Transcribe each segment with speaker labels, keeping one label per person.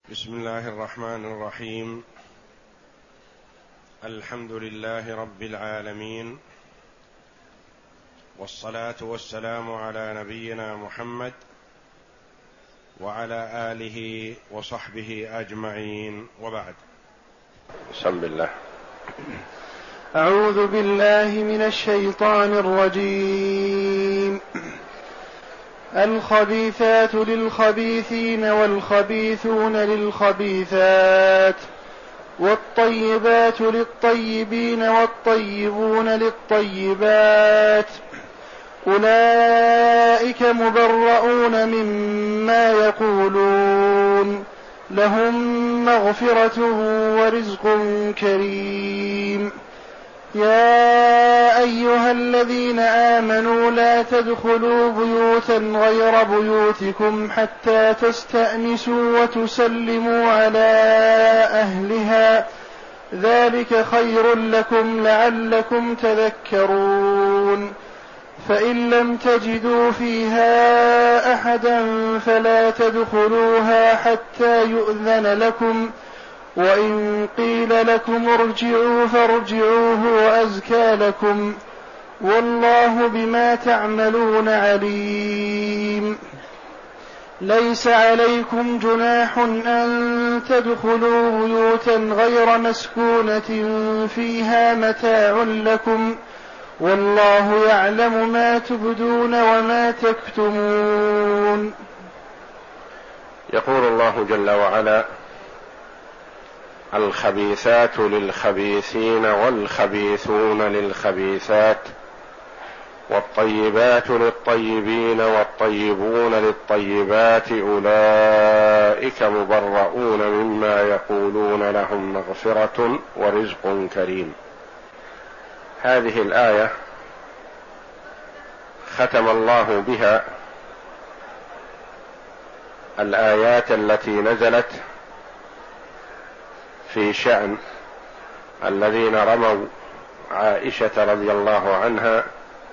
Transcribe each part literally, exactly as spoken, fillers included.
Speaker 1: بسم الله الرحمن الرحيم. الحمد لله رب العالمين، والصلاة والسلام على نبينا محمد وعلى آله وصحبه أجمعين، وبعد. بسم الله.
Speaker 2: أعوذ بالله من الشيطان الرجيم. الخبيثات للخبيثين والخبيثون للخبيثات والطيبات للطيبين والطيبون للطيبات أولئك مبرؤون مما يقولون لهم مغفرة ورزق كريم. يا أيها الذين آمنوا لا تدخلوا بيوتا غير بيوتكم حتى تستأنسوا وتسلموا على أهلها، ذلك خير لكم لعلكم تذكرون. فإن لم تجدوا فيها أحدا فلا تدخلوها حتى يؤذن لكم، وإن قيل لكم ارجعوا فارجعوا هو أزكى لكم، والله بما تعملون عليم. ليس عليكم جناح أن تدخلوا بيوتا غير مسكونة فيها متاع لكم، والله يعلم ما تبدون وما تكتمون.
Speaker 1: يقول الله جل وعلا: الخبيثات للخبيثين والخبيثون للخبيثات والطيبات للطيبين والطيبون للطيبات أولئك مبرؤون مما يقولون لهم مغفرة ورزق كريم. هذه الآية ختم الله بها الآيات التي نزلت في شأن الذين رموا عائشة رضي الله عنها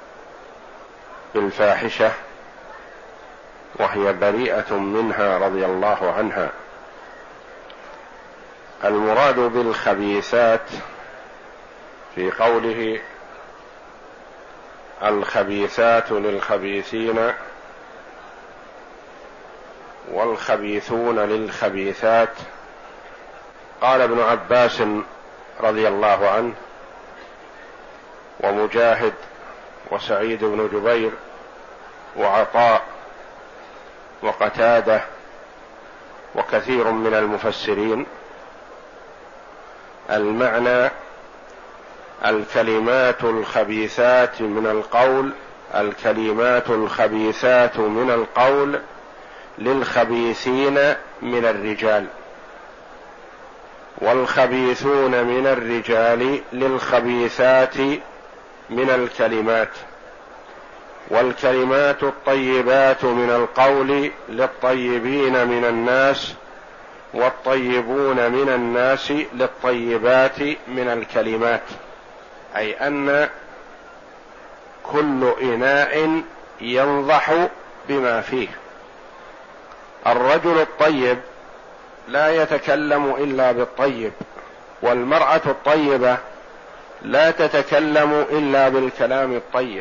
Speaker 1: بالفاحشة وهي بريئة منها رضي الله عنها. المراد بالخبيثات في قوله الخبيثات للخبيثين والخبيثون للخبيثات، قال ابن عباس رضي الله عنه ومجاهد وسعيد بن جبير وعطاء وقتادة وكثير من المفسرين: المعنى الكلمات الخبيثات من القول الكلمات الخبيثات من القول للخبيثين من الرجال، والخبيثون من الرجال للخبيثات من الكلمات، والكلمات الطيبات من القول للطيبين من الناس، والطيبون من الناس للطيبات من الكلمات. أي أن كل إناء ينضح بما فيه. الرجل الطيب لا يتكلم إلا بالطيب، والمرأة الطيبة لا تتكلم إلا بالكلام الطيب،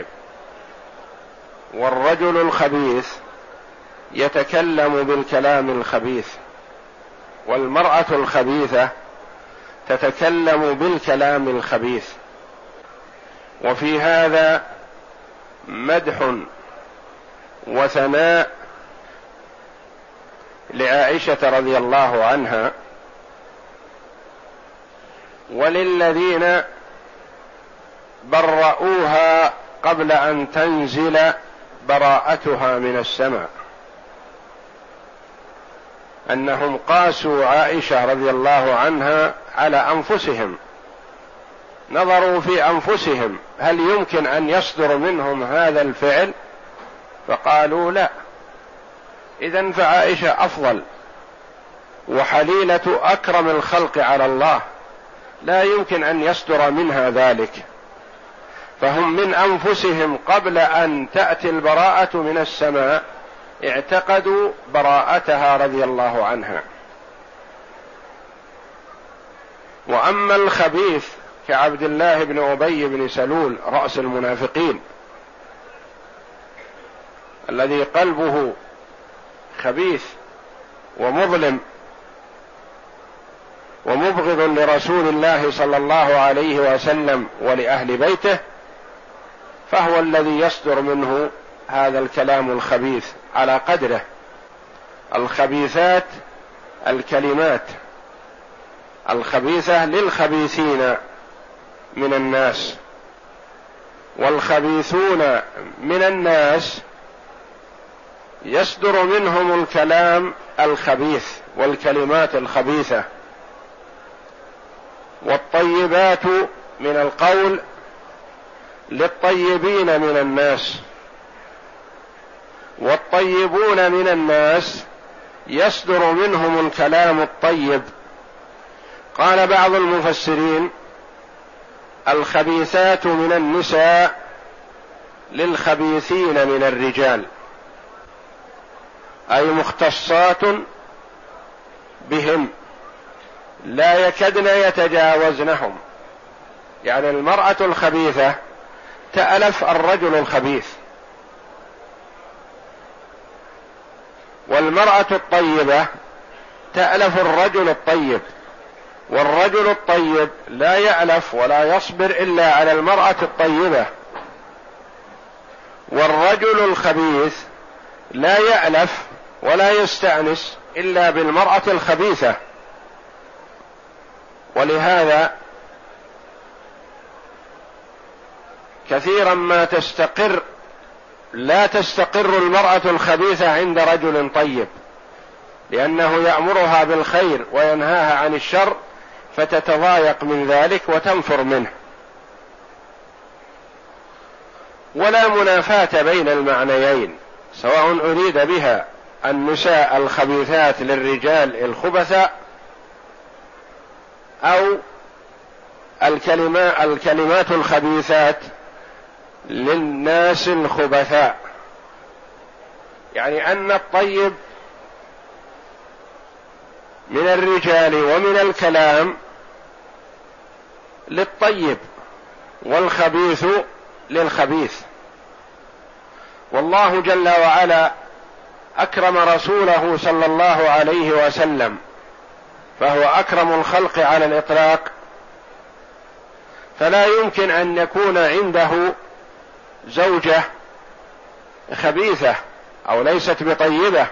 Speaker 1: والرجل الخبيث يتكلم بالكلام الخبيث، والمرأة الخبيثة تتكلم بالكلام الخبيث. وفي هذا مدح وثناء لعائشة رضي الله عنها وللذين برؤوها قبل أن تنزل براءتها من السماء، أنهم قاسوا عائشة رضي الله عنها على أنفسهم، نظروا في أنفسهم هل يمكن أن يصدر منهم هذا الفعل، فقالوا لا، إذن فعائشة أفضل وحليلة أكرم الخلق على الله، لا يمكن أن يصدر منها ذلك. فهم من أنفسهم قبل أن تأتي البراءة من السماء اعتقدوا براءتها رضي الله عنها، وأما الخبيث كعبد الله بن أبي بن سلول رأس المنافقين الذي قلبه خبيث ومظلم ومبغض لرسول الله صلى الله عليه وسلم ولأهل بيته، فهو الذي يصدر منه هذا الكلام الخبيث على قدره. الخبيثات الكلمات الخبيثة للخبيثين من الناس، والخبيثون من الناس يصدر منهم الكلام الخبيث والكلمات الخبيثة. والطيبات من القول للطيبين من الناس، والطيبون من الناس يصدر منهم الكلام الطيب. قال بعض المفسرين: الخبيثات من النساء للخبيثين من الرجال، أي مختصات بهم لا يكدن يتجاوزنهم. يعني المرأة الخبيثة تألف الرجل الخبيث، والمرأة الطيبة تألف الرجل الطيب، والرجل الطيب لا يألف ولا يصبر إلا على المرأة الطيبة، والرجل الخبيث لا يألف ولا يستأنس إلا بالمرأة الخبيثة. ولهذا كثيرا ما تستقر لا تستقر المرأة الخبيثة عند رجل طيب، لأنه يأمرها بالخير وينهاها عن الشر، فتتضايق من ذلك وتنفر منه. ولا منافاة بين المعنيين، سواء أريد بها النساء الخبيثات للرجال الخبثاء، أو الكلمات الكلمات الخبيثات للناس الخبثاء. يعني أن الطيب من الرجال ومن الكلام للطيب، والخبيث للخبيث. والله جل وعلا أكرم رسوله صلى الله عليه وسلم، فهو أكرم الخلق على الإطلاق، فلا يمكن أن يكون عنده زوجة خبيثة أو ليست بطيبة.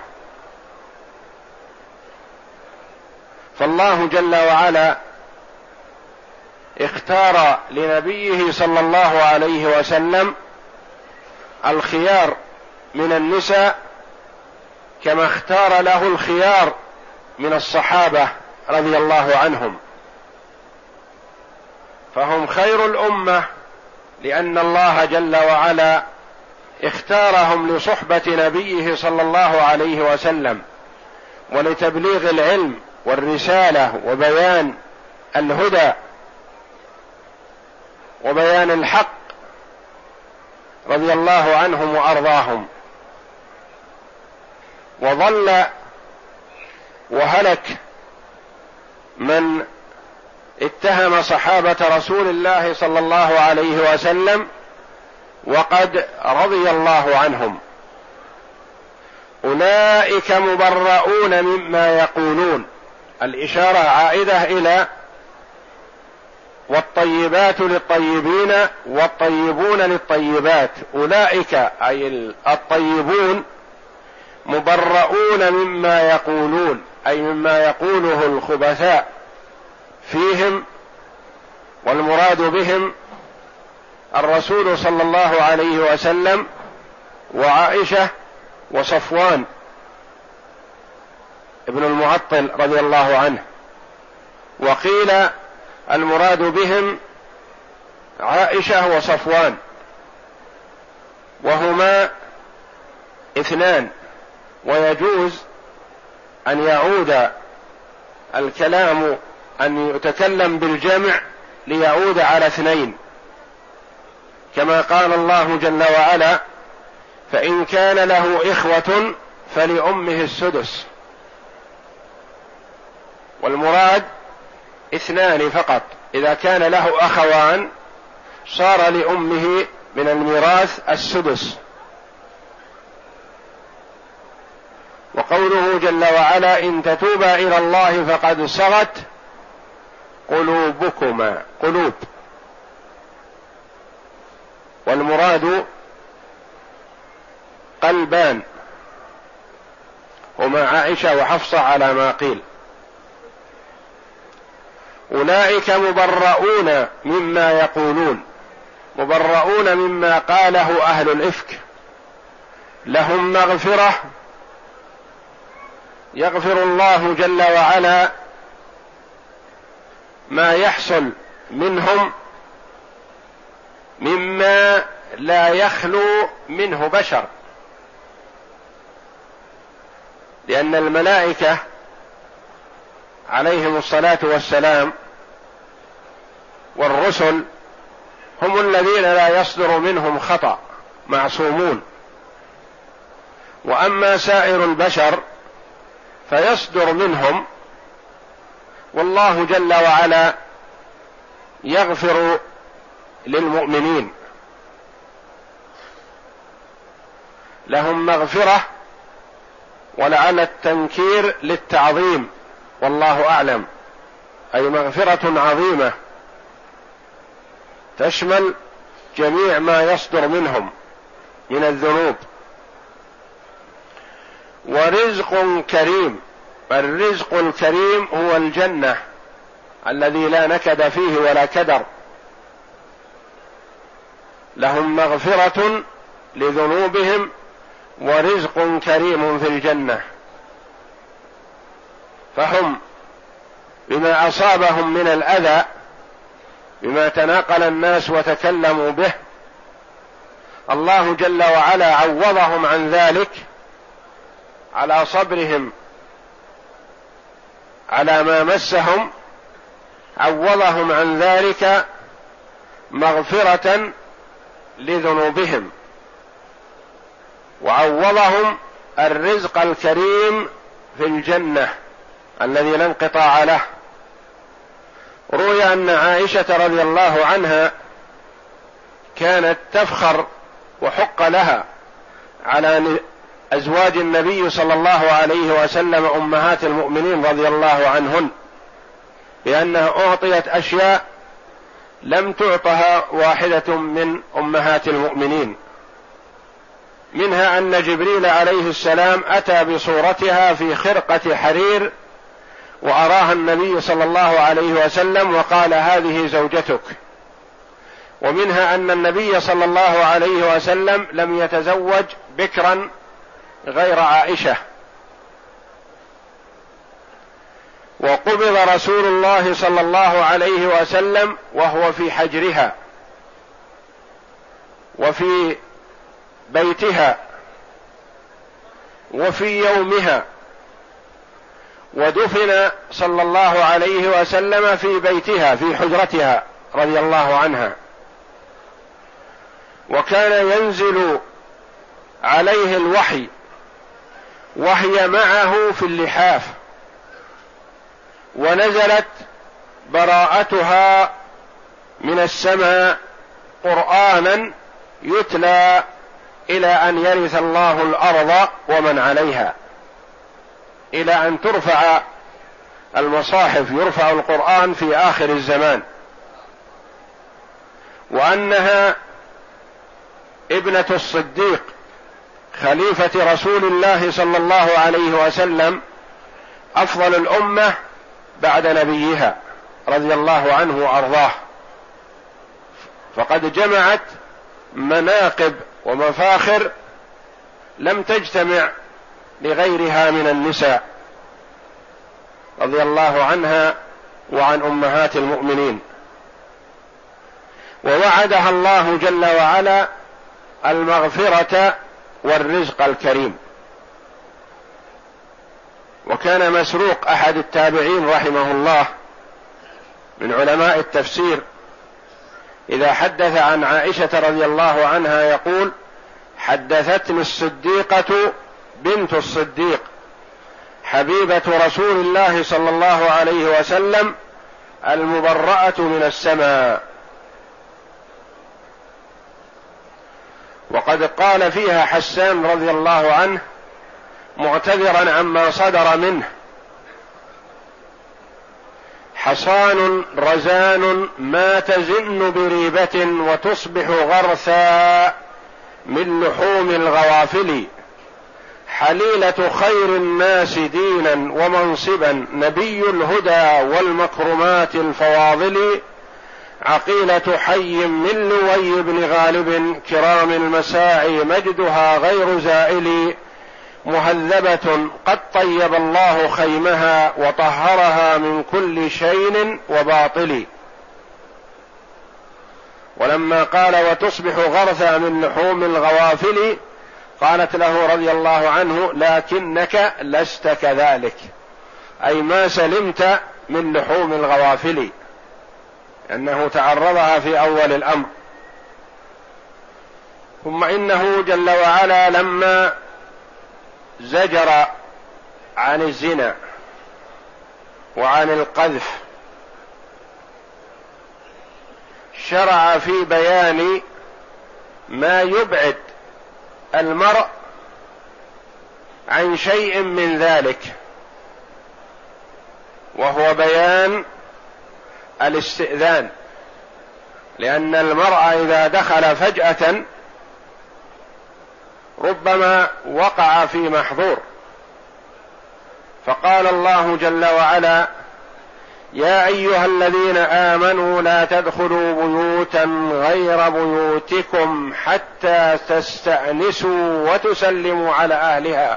Speaker 1: فالله جل وعلا اختار لنبيه صلى الله عليه وسلم الخيار من النساء، كما اختار له الخيار من الصحابة رضي الله عنهم، فهم خير الأمة، لأن الله جل وعلا اختارهم لصحبة نبيه صلى الله عليه وسلم، ولتبليغ العلم والرسالة وبيان الهدى وبيان الحق، رضي الله عنهم وأرضاهم. وضل وهلك من اتهم صحابة رسول الله صلى الله عليه وسلم وقد رضي الله عنهم. أولئك مبرؤون مما يقولون، الإشارة عائدة إلى والطيبات للطيبين والطيبون للطيبات. أولئك أي الطيبون مبرؤون مما يقولون، أي مما يقوله الخبثاء فيهم، والمراد بهم الرسول صلى الله عليه وسلم وعائشة وصفوان ابن المعطل رضي الله عنه. وقيل المراد بهم عائشة وصفوان، وهما اثنان، ويجوز أن يعود الكلام أن يتكلم بالجمع ليعود على اثنين، كما قال الله جل وعلا: فإن كان له إخوة فلأمه السدس. والمراد اثنان فقط. إذا كان له أخوان صار لأمه من الميراث السدس. وقوله جل وعلا إن تتوبا إلى الله فقد صغت قلوبكما، قلوب، والمراد قلبان، ومع عائشة وحفصة على ما قيل. أولئك مبرؤون مما يقولون، مبرؤون مما قاله أهل الإفك، لهم مغفرة، يغفر الله جل وعلا ما يحصل منهم مما لا يخلو منه بشر، لأن الملائكة عليهم الصلاة والسلام والرسل هم الذين لا يصدر منهم خطأ، معصومون. وأما سائر البشر فيصدر منهم، والله جل وعلا يغفر للمؤمنين. لهم مغفرة، ولعل التنكير للتعظيم والله أعلم، أي مغفرة عظيمة تشمل جميع ما يصدر منهم من الذنوب. ورزق كريم، الرزق الكريم هو الجنة الذي لا نكد فيه ولا كدر. لهم مغفرة لذنوبهم ورزق كريم في الجنة، فهم بما أصابهم من الأذى، بما تناقل الناس وتكلموا به، الله جل وعلا عوضهم عن ذلك على صبرهم على ما مسهم، عوضهم عن ذلك مغفرة لذنوبهم، وعوضهم الرزق الكريم في الجنة الذي لا انقطاع له. روي أن عائشة رضي الله عنها كانت تفخر وحق لها على أزواج النبي صلى الله عليه وسلم أمهات المؤمنين رضي الله عنهن، بأنها أعطيت أشياء لم تعطها واحدة من أمهات المؤمنين، منها أن جبريل عليه السلام أتى بصورتها في خرقة حرير وأراها النبي صلى الله عليه وسلم وقال هذه زوجتك. ومنها أن النبي صلى الله عليه وسلم لم يتزوج بكرا غير عائشة. وقبض رسول الله صلى الله عليه وسلم وهو في حجرها وفي بيتها وفي يومها، ودفن صلى الله عليه وسلم في بيتها في حجرتها رضي الله عنها. وكان ينزل عليه الوحي وهي معه في اللحاف، ونزلت براءتها من السماء قرآنا يتلى إلى أن يرث الله الأرض ومن عليها، إلى أن ترفع المصاحف، يرفع القرآن في آخر الزمان. وأنها ابنة الصديق خليفة رسول الله صلى الله عليه وسلم، أفضل الأمة بعد نبيها رضي الله عنه وأرضاه، فقد جمعت مناقب ومفاخر لم تجتمع لغيرها من النساء رضي الله عنها وعن أمهات المؤمنين. ووعدها الله جل وعلا المغفرة والرزق الكريم. وكان مسروق أحد التابعين رحمه الله من علماء التفسير إذا حدث عن عائشة رضي الله عنها يقول: حدثتني الصديقة بنت الصديق حبيبة رسول الله صلى الله عليه وسلم المبرأة من السماء. وقد قال فيها حسان رضي الله عنه معتذرا عما صدر منه: حصان رزان ما تزن بريبة وتصبح غرثا من لحوم الغوافل، حليلة خير الناس دينا ومنصبا، نبي الهدى والمكرمات الفواضل، عقيلة حي من لوي بن غالب، كرام المساعي مجدها غير زائل، مهذبة قد طيب الله خيمها وطهرها من كل شين وباطل. ولما قال وتصبح غرثا من لحوم الغوافل قالت له رضي الله عنه: لكنك لست كذلك، أي ما سلمت من لحوم الغوافل، أنه تعرضها في أول الأمر. ثم إنه جل وعلا لما زجر عن الزنا وعن القذف شرع في بيان ما يبعد المرء عن شيء من ذلك، وهو بيان الاستئذان، لأن المرء إذا دخل فجأة ربما وقع في محظور. فقال الله جل وعلا: يا أيها الذين آمنوا لا تدخلوا بيوتا غير بيوتكم حتى تستأنسوا وتسلموا على أهلها،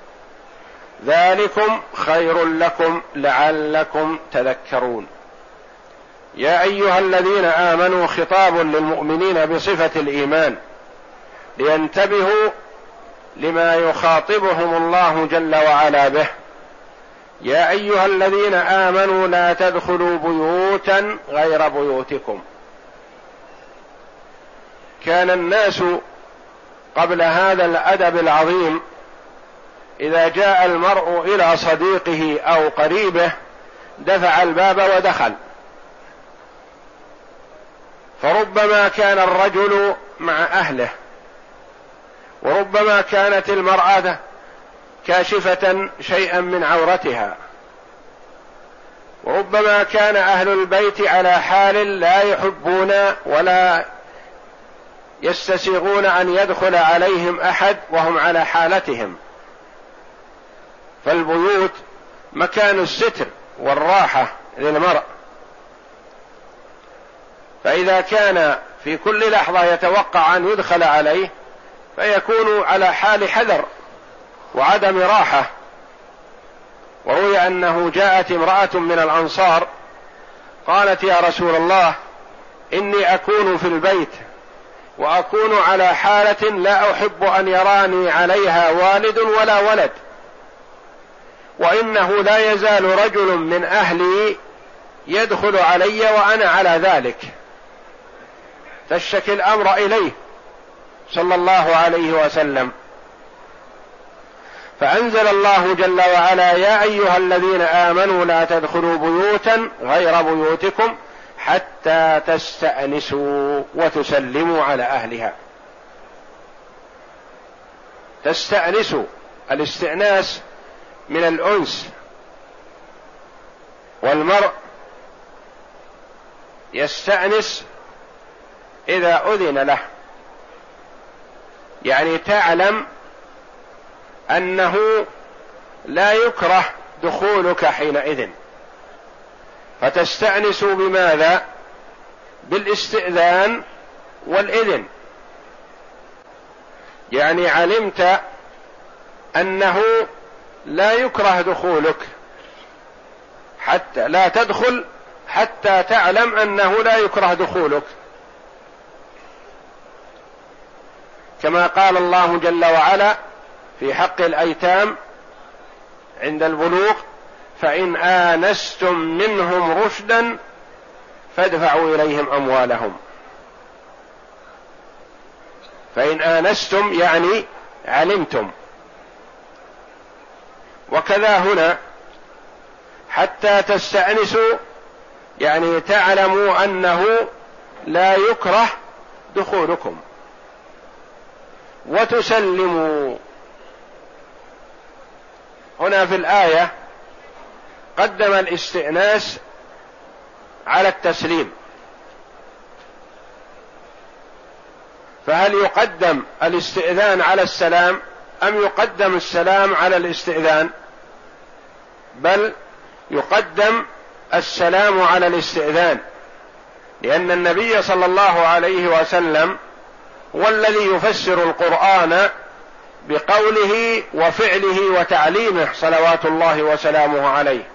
Speaker 1: ذلكم خير لكم لعلكم تذكرون. يا أيها الذين آمنوا خطاب للمؤمنين بصفة الإيمان لينتبهوا لما يخاطبهم الله جل وعلا به. يا أيها الذين آمنوا لا تدخلوا بيوتا غير بيوتكم. كان الناس قبل هذا الأدب العظيم إذا جاء المرء إلى صديقه أو قريبه دفع الباب ودخل، فربما كان الرجل مع أهله، وربما كانت المرأة كاشفة شيئا من عورتها، وربما كان أهل البيت على حال لا يحبون ولا يستسيغون أن يدخل عليهم أحد وهم على حالتهم. فالبيوت مكان الستر والراحة للمرء، فإذا كان في كل لحظة يتوقع أن يدخل عليه فيكون على حال حذر وعدم راحة. وروي أنه جاءت امرأة من الأنصار قالت: يا رسول الله، إني أكون في البيت وأكون على حالة لا أحب أن يراني عليها والد ولا ولد، وإنه لا يزال رجل من أهلي يدخل علي وأنا على ذلك. تشتكي الأمر إليه صلى الله عليه وسلم، فأنزل الله جل وعلا: يا أيها الذين آمنوا لا تدخلوا بيوتا غير بيوتكم حتى تستأنسوا وتسلموا على أهلها. تستأنسوا، الاستئناس من الأنس، والمرء يستأنس إذا أذن له، يعني تعلم أنه لا يكره دخولك حينئذ، فتستأنس بماذا؟ بالاستئذان والإذن، يعني علمت أنه لا يكره دخولك، حتى لا تدخل حتى تعلم أنه لا يكره دخولك، كما قال الله جل وعلا في حق الأيتام عند البلوغ: فإن آنستم منهم رشدا فادفعوا إليهم أموالهم. فإن آنستم يعني علمتم. وكذا هنا حتى تستأنسوا يعني تعلموا أنه لا يكره دخولكم، وتسلموا. هنا في الآية قدم الاستئناس على التسليم، فهل يقدم الاستئذان على السلام أم يقدم السلام على الاستئذان؟ بل يقدم السلام على الاستئذان، لأن النبي صلى الله عليه وسلم هو الذي يفسر القرآن بقوله وفعله وتعليمه صلوات الله وسلامه عليه.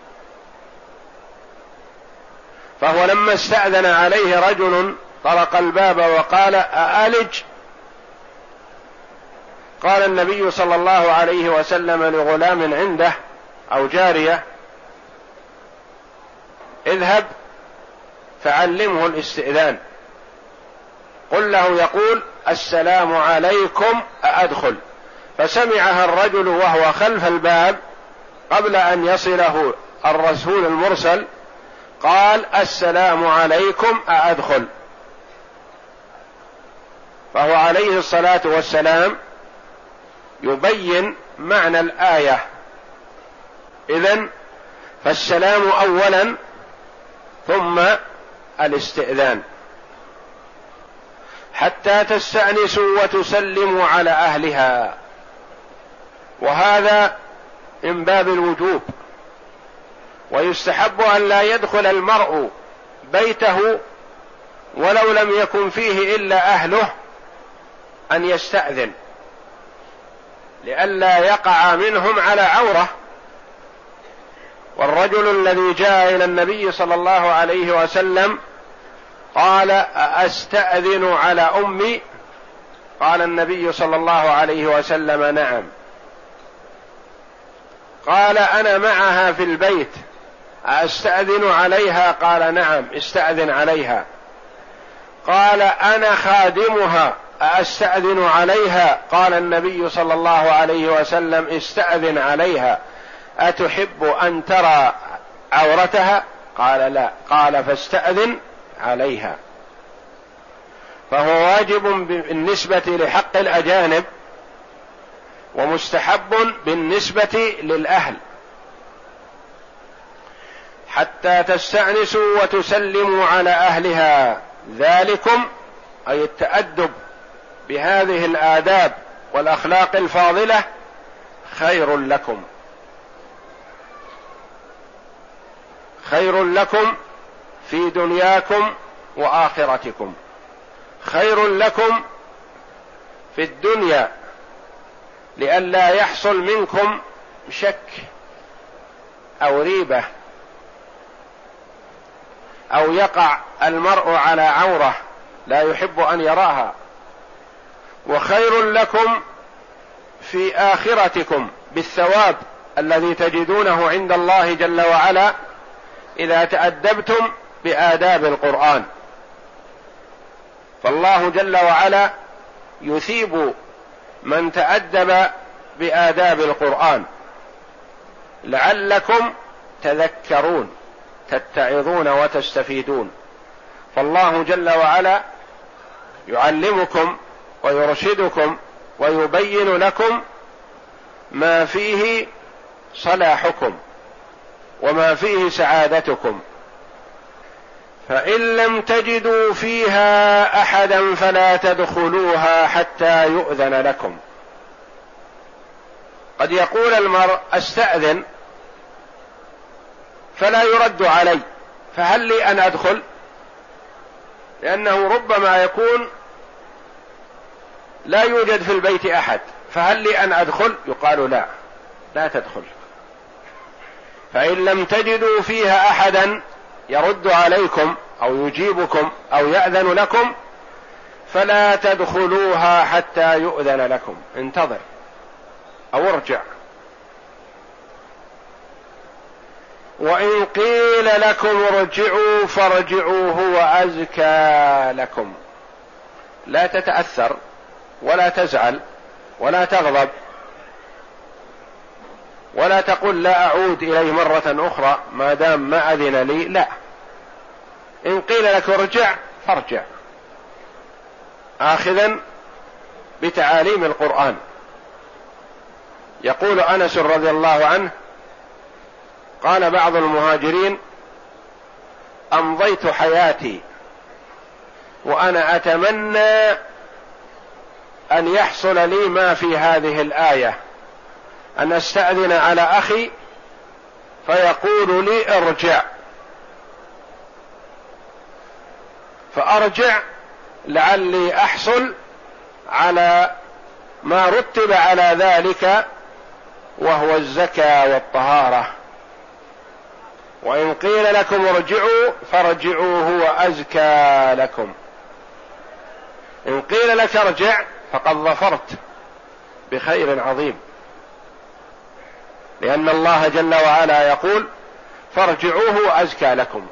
Speaker 1: فهو لما استأذن عليه رجل طرق الباب وقال أألج، قال النبي صلى الله عليه وسلم لغلام عنده أو جارية اذهب فعلمه الاستئذان، قل له يقول السلام عليكم أأدخل. فسمعها الرجل وهو خلف الباب قبل أن يصله الرسول المرسل، قال السلام عليكم أأدخل. فهو عليه الصلاة والسلام يبين معنى الآية. إذن فالسلام أولا ثم الاستئذان حتى تستأنسوا وتسلموا على أهلها، وهذا من باب الوجوب. ويستحب أن لا يدخل المرء بيته ولو لم يكن فيه إلا أهله أن يستأذن لئلا يقع منهم على عورة. والرجل الذي جاء إلى النبي صلى الله عليه وسلم قال أستأذن على أمي، قال النبي صلى الله عليه وسلم نعم. قال أنا معها في البيت أستأذن عليها، قال نعم استأذن عليها. قال أنا خادمها أستأذن عليها، قال النبي صلى الله عليه وسلم استأذن عليها. أتحب أن ترى عورتها؟ قال لا، قال فاستأذن عليها. فهو واجب بالنسبة لحق الأجانب ومستحب بالنسبة للأهل حتى تستأنسوا وتسلموا على أهلها، ذلكم أي التأدب بهذه الآداب والأخلاق الفاضلة خير لكم، خير لكم في دنياكم وآخرتكم. خير لكم في الدنيا لئلا يحصل منكم شك أو ريبة أو يقع المرء على عورة لا يحب أن يراها. وخير لكم في آخرتكم بالثواب الذي تجدونه عند الله جل وعلا إذا تأدبتم بآداب القرآن. فالله جل وعلا يثيب من تأدب بآداب القرآن لعلكم تذكرون تتعظون وتستفيدون. فالله جل وعلا يعلمكم ويرشدكم ويبين لكم ما فيه صلاحكم وما فيه سعادتكم. فإن لم تجدوا فيها أحدا فلا تدخلوها حتى يؤذن لكم. قد يقول المرء استأذن فلا يرد علي، فهل لي أن أدخل؟ لأنه ربما يكون لا يوجد في البيت أحد، فهل لي أن أدخل؟ يقال لا، لا تدخل. فإن لم تجدوا فيها أحدا يرد عليكم أو يجيبكم أو يأذن لكم فلا تدخلوها حتى يؤذن لكم، انتظر أو ارجع. وإن قيل لكم ارجعوا فارجعوا هو أزكى لكم. لا تتأثر ولا تزعل ولا تغضب ولا تقول لا أعود إليه مرة أخرى ما دام ما أذن لي، لا، إن قيل لك ارجع فارجع، آخذا بتعاليم القرآن. يقول أنس رضي الله عنه قال بعض المهاجرين: أمضيت حياتي وأنا أتمنى أن يحصل لي ما في هذه الآية، أن أستأذن على أخي فيقول لي ارجع، فأرجع لعلي أحصل على ما رتب على ذلك وهو الزكاة والطهارة. وإن قيل لكم ارجعوا فارجعوا هو أزكى لكم. إن قيل لك ارجع فقد ظفرت بخير عظيم، لأن الله جل وعلا يقول: فارجعوه أزكى لكم.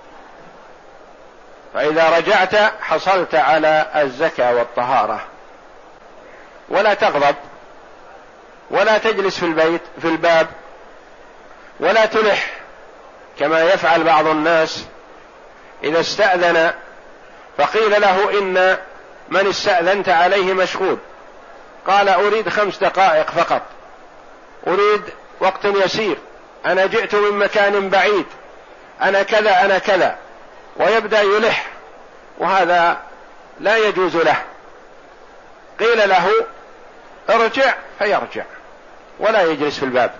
Speaker 1: فإذا رجعت حصلت على الزكاة والطهارة. ولا تغضب، ولا تجلس في البيت في الباب، ولا تلح كما يفعل بعض الناس إذا استأذن فقيل له: إن من استأذنت عليه مشغول، قال: أريد خمس دقائق فقط، أريد وقت يسير، أنا جئت من مكان بعيد، أنا كذا أنا كذا، ويبدأ يلح، وهذا لا يجوز له. قيل له ارجع فيرجع ولا يجلس في الباب،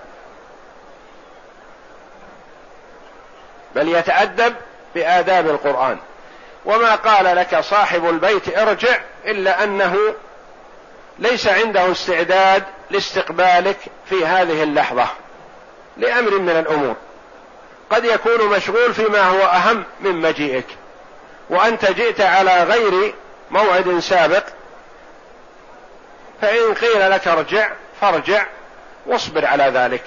Speaker 1: بل يتأدب بآداب القرآن. وما قال لك صاحب البيت ارجع إلا أنه ليس عنده استعداد لاستقبالك في هذه اللحظة لأمر من الأمور، قد يكون مشغول فيما هو أهم من مجيئك، وأنت جئت على غير موعد سابق. فإن قيل لك ارجع فارجع واصبر على ذلك،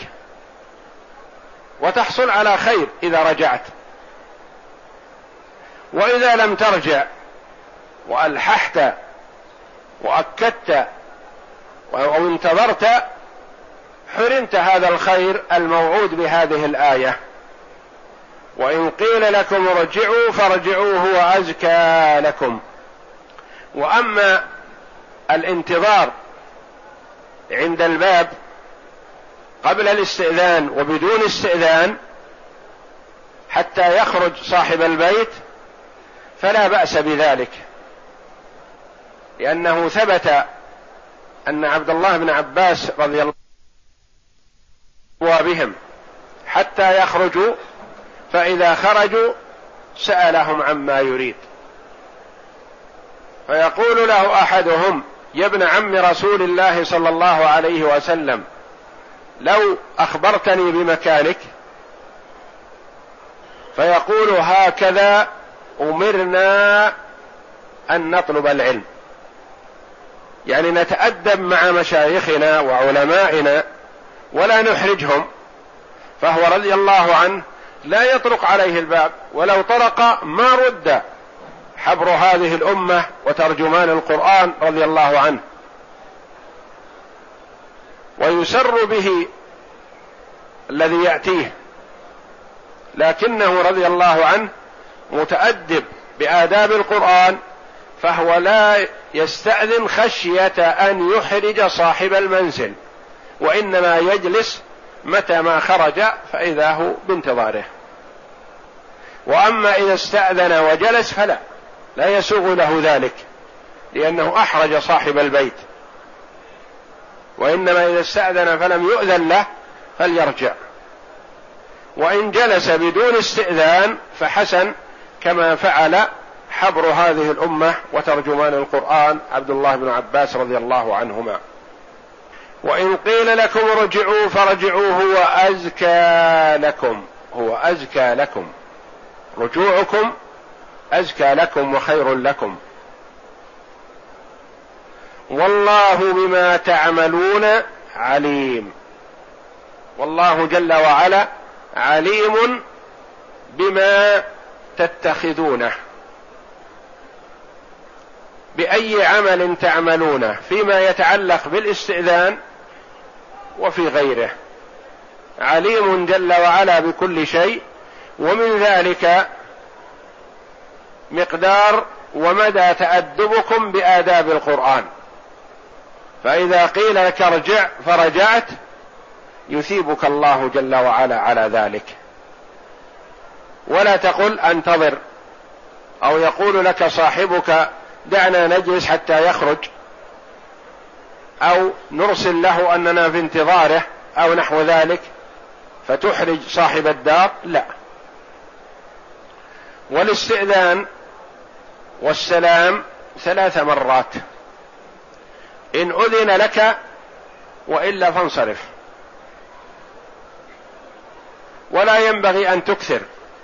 Speaker 1: وتحصل على خير إذا رجعت. وإذا لم ترجع وألححت وأكدت أو انتظرت حرمت هذا الخير الموعود بهذه الآية. وإن قيل لكم ارجعوا فارجعوا هو أزكى لكم. وأما الانتظار عند الباب قبل الاستئذان وبدون استئذان حتى يخرج صاحب البيت فلا بأس بذلك، لأنه ثبت أن عبد الله بن عباس رضي الله عنه بهم حتى يخرجوا، فإذا خرجوا سألهم عما يريد، فيقول له أحدهم: يا ابن عم رسول الله صلى الله عليه وسلم، لو أخبرتني بمكانك. فيقول: هكذا أمرنا أن نطلب العلم، يعني نتأدب مع مشايخنا وعلمائنا ولا نحرجهم. فهو رضي الله عنه لا يطرق عليه الباب، ولو طرق ما رد حبر هذه الأمة وترجمان القرآن رضي الله عنه، ويسر به الذي يأتيه، لكنه رضي الله عنه متأدب بآداب القرآن، فهو لا يستأذن خشية أن يحرج صاحب المنزل، وإنما يجلس متى ما خرج فإذا هو بانتظاره. وأما إذا استأذن وجلس فلا لا يسوغ له ذلك، لأنه أحرج صاحب البيت. وإنما إذا استأذن فلم يؤذن له فليرجع. وإن جلس بدون استئذان فحسن، كما فعل حبر هذه الأمة وترجمان القرآن عبد الله بن عباس رضي الله عنهما. وإن قيل لكم ارجعوا فارجعوا هو أزكى لكم، هو أزكى لكم، رجوعكم أزكى لكم وخير لكم، والله بما تعملون عليم. والله جل وعلا عليم بما تتخذونه، بأي عمل تعملونه فيما يتعلق بالاستئذان وفي غيره، عليم جل وعلا بكل شيء. ومن ذلك مقدار ومدى تأدبكم بآداب القرآن، فإذا قيل لك ارجع فرجعت يثيبك الله جل وعلا على ذلك. ولا تقل انتظر، أو يقول لك صاحبك دعنا نجلس حتى يخرج، أو نرسل له أننا في انتظاره أو نحو ذلك فتحرج صاحب الدار، لا. والاستئذان والسلام ثلاث مرات، إن أذن لك وإلا فانصرف، ولا ينبغي أن تكثر.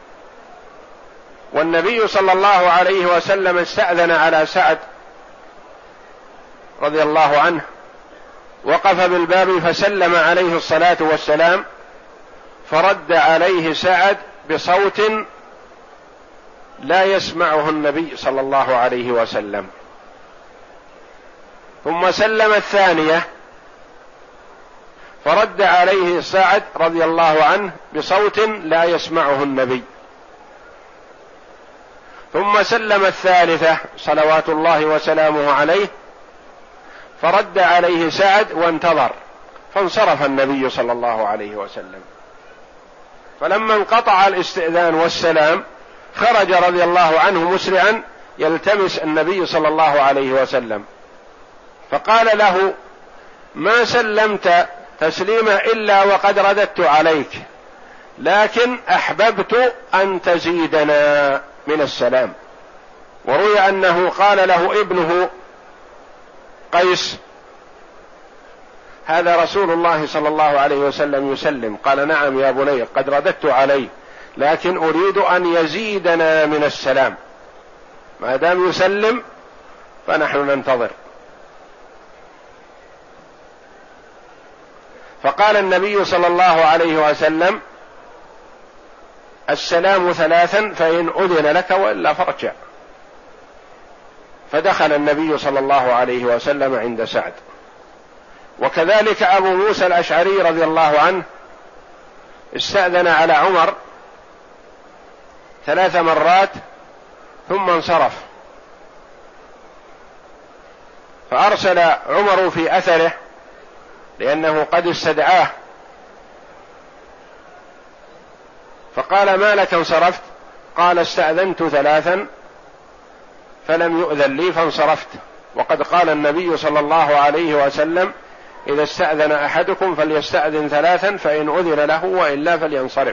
Speaker 1: والنبي صلى الله عليه وسلم استأذن على سعد رضي الله عنه، وقف بالباب فسلم عليه الصلاة والسلام، فرد عليه سعد بصوت لا يسمعه النبي صلى الله عليه وسلم، ثم سلم الثانية فرد عليه سعد رضي الله عنه بصوت لا يسمعه النبي، ثم سلم الثالثة صلوات الله وسلامه عليه فرد عليه سعد وانتظر، فانصرف النبي صلى الله عليه وسلم. فلما انقطع الاستئذان والسلام خرج رضي الله عنه مسرعا يلتمس النبي صلى الله عليه وسلم، فقال له ما سلمت تسليما إلا وقد رددت عليك، لكن أحببت أن تزيدنا من السلام. وروي أنه قال له ابنه قيس هذا رسول الله صلى الله عليه وسلم يسلم، قال نعم يا بني قد رددت عليه، لكن أريد أن يزيدنا من السلام، ما دام يسلم فنحن ننتظر. فقال النبي صلى الله عليه وسلم السلام ثلاثا فإن أذن لك وإلا فارجع. فدخل النبي صلى الله عليه وسلم عند سعد. وكذلك أبو موسى الأشعري رضي الله عنه استأذن على عمر ثلاث مرات ثم انصرف، فأرسل عمر في أثره لأنه قد استدعاه، فقال ما لك انصرفت؟ قال استأذنت ثلاثا فلم يؤذن لي فانصرفت، وقد قال النبي صلى الله عليه وسلم إذا استأذن أحدكم فليستأذن ثلاثا فإن أذن له وإلا فلينصرف.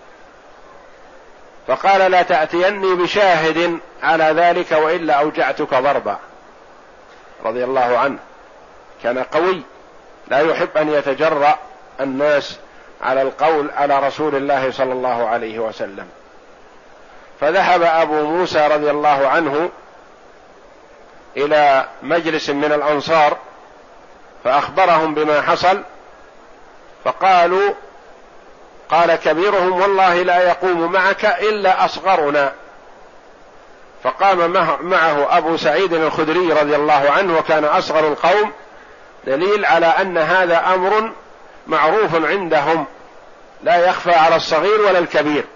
Speaker 1: فقال لا تأتيني بشاهد على ذلك وإلا أوجعتك ضربا، رضي الله عنه، كان قوي لا يحب أن يتجرأ الناس على القول على رسول الله صلى الله عليه وسلم. فذهب أبو موسى رضي الله عنه إلى مجلس من الأنصار فأخبرهم بما حصل، فقالوا قال كبيرهم والله لا يقوم معك إلا أصغرنا. فقام معه أبو سعيد الخدري رضي الله عنه وكان أصغر القوم، دليل على أن هذا أمر معروف عندهم لا يخفى على الصغير ولا الكبير.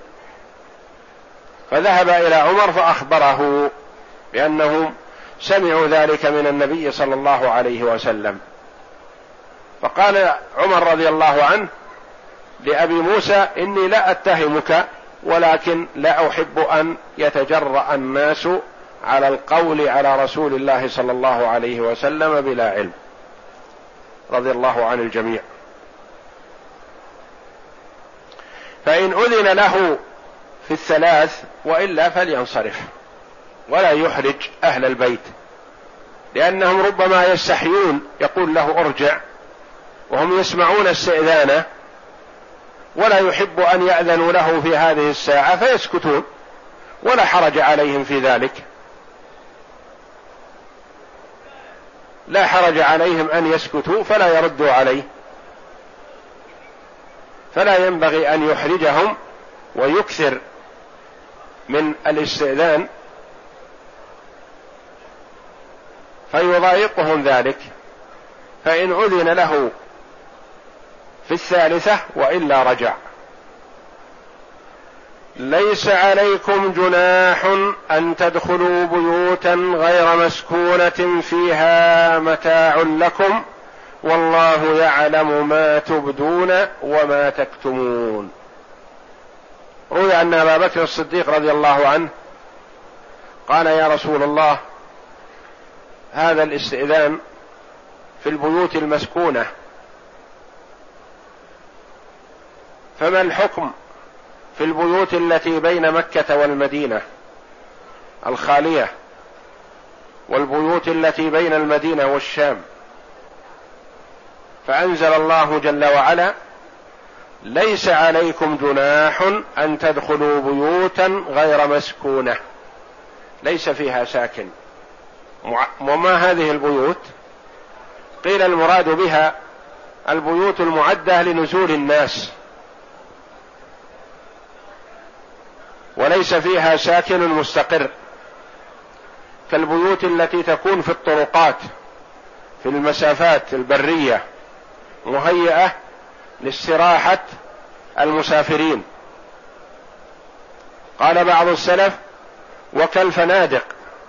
Speaker 1: فذهب إلى عمر فأخبره بأنهم سمعوا ذلك من النبي صلى الله عليه وسلم. فقال عمر رضي الله عنه لأبي موسى إني لا أتهمك، ولكن لا أحب أن يتجرأ الناس على القول على رسول الله صلى الله عليه وسلم بلا علم، رضي الله عن الجميع. فإن أذن له في الثلاث وإلا فلينصرف، ولا يحرج أهل البيت، لأنهم ربما يستحيون يقول له ارجع وهم يسمعون استئذانه ولا يحب أن يأذنوا له في هذه الساعة فيسكتون، ولا حرج عليهم في ذلك، لا حرج عليهم أن يسكتوا فلا يردوا عليه. فلا ينبغي أن يحرجهم ويكثر من الاستئذان فيضايقهم ذلك. فإن أذن له في الثالثة وإلا رجع. ليس عليكم جناح أن تدخلوا بيوتا غير مسكونة فيها متاع لكم والله يعلم ما تبدون وما تكتمون. روي أن أبا بكر الصديق رضي الله عنه قال يا رسول الله هذا الاستئذان في البيوت المسكونة فما الحكم في البيوت التي بين مكة والمدينة الخالية والبيوت التي بين المدينة والشام؟ فأنزل الله جل وعلا ليس عليكم جناح أن تدخلوا بيوتا غير مسكونة ليس فيها ساكن. وما هذه البيوت؟ قيل المراد بها البيوت المعدة لنزول الناس وليس فيها ساكن مستقر، كالبيوت التي تكون في الطرقات في المسافات البرية مهيئة لاستراحة المسافرين. قال بعض السلف وكالفنادق،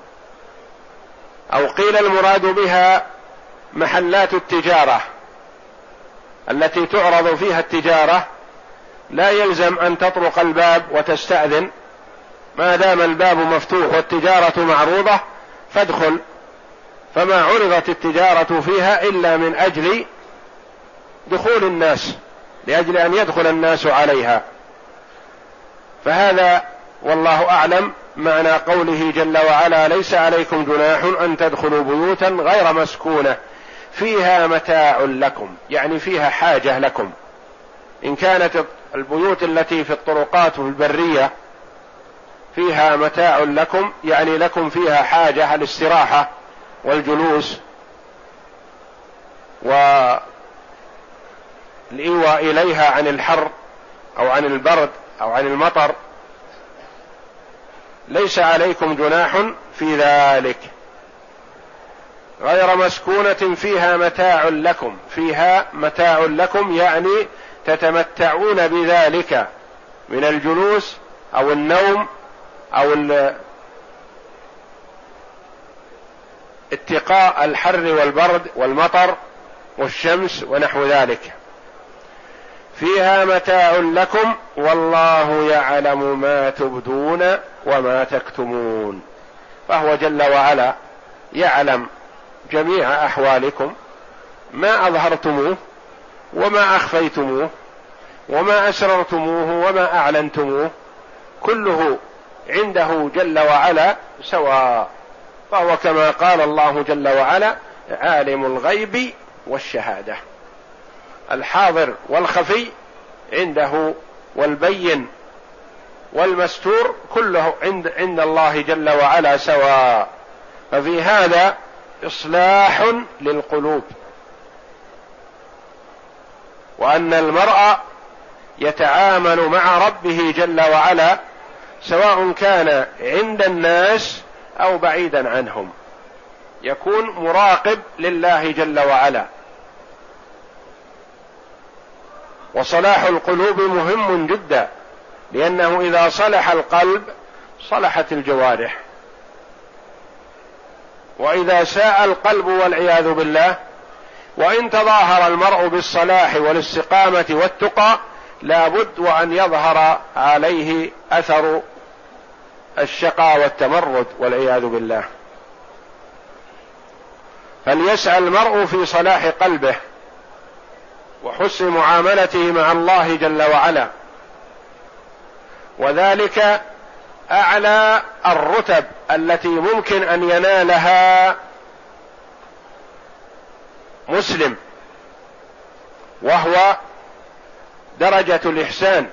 Speaker 1: أو قيل المراد بها محلات التجارة التي تعرض فيها التجارة لا يلزم أن تطرق الباب وتستأذن، ما دام الباب مفتوح والتجارة معروضة فادخل، فما عرضت التجارة فيها إلا من أجل دخول الناس، لأجل أن يدخل الناس عليها. فهذا والله أعلم معنى قوله جل وعلا ليس عليكم جناح أن تدخلوا بيوتا غير مسكونة فيها متاع لكم، يعني فيها حاجة لكم. إن كانت البيوت التي في الطرقات والبرية فيها متاع لكم يعني لكم فيها حاجة الاستراحة والجلوس والإيواء إليها عن الحر أو عن البرد أو عن المطر، ليس عليكم جناح في ذلك. غير مسكونة فيها متاع لكم، فيها متاع لكم يعني تتمتعون بذلك من الجلوس أو النوم أو اتقاء الحر والبرد والمطر والشمس ونحو ذلك. فيها متاع لكم والله يعلم ما تبدون وما تكتمون، فهو جل وعلا يعلم جميع أحوالكم، ما أظهرتموه وما أخفيتموه وما أسررتموه وما أعلنتموه، كله عنده جل وعلا سواء، فهو كما قال الله جل وعلا عالم الغيب والشهادة، الحاضر والخفي عنده، والبين والمستور كله عند عند الله جل وعلا سواء. ففي هذا إصلاح للقلوب، وأن المرء يتعامل مع ربه جل وعلا سواء كان عند الناس أو بعيدا عنهم، يكون مراقب لله جل وعلا. وصلاح القلوب مهم جدا، لأنه إذا صلح القلب صلحت الجوارح، وإذا ساء القلب والعياذ بالله، وإن تظاهر المرء بالصلاح والاستقامة والتقى لا بد وأن يظهر عليه أثر الشقاء والتمرد والعياذ بالله. فليسعى المرء في صلاح قلبه وحسن معاملته مع الله جل وعلا، وذلك أعلى الرتب التي ممكن أن ينالها مسلم، وهو درجة الإحسان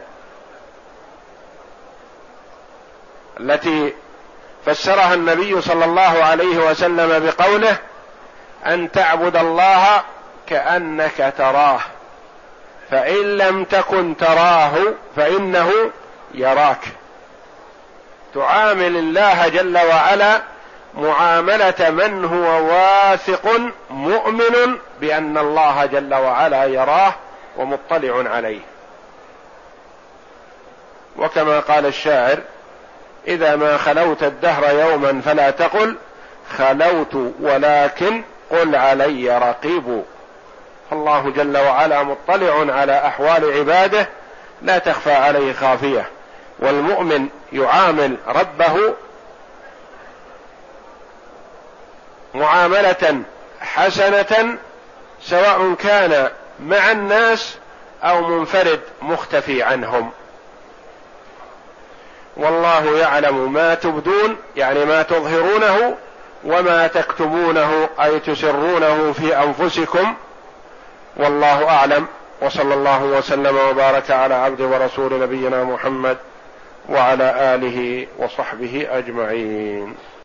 Speaker 1: التي فسرها النبي صلى الله عليه وسلم بقوله أن تعبد الله كأنك تراه فإن لم تكن تراه فإنه يراك. تعامل الله جل وعلا معاملة من هو واثق مؤمن بأن الله جل وعلا يراه ومطلع عليه. وكما قال الشاعر: إذا ما خلوت الدهر يوما فلا تقل خلوت ولكن قل علي رقيب. الله جل وعلا مطلع على أحوال عباده لا تخفى عليه خافية، والمؤمن يعامل ربه معاملة حسنة سواء كان مع الناس أو منفرد مختفي عنهم. والله يعلم ما تبدون، يعني ما تظهرونه، وما تكتمونه أي تسرونه في أنفسكم، والله أعلم. وصلى الله وسلم وبارك على عبد ورسول نبينا محمد وعلى آله وصحبه أجمعين.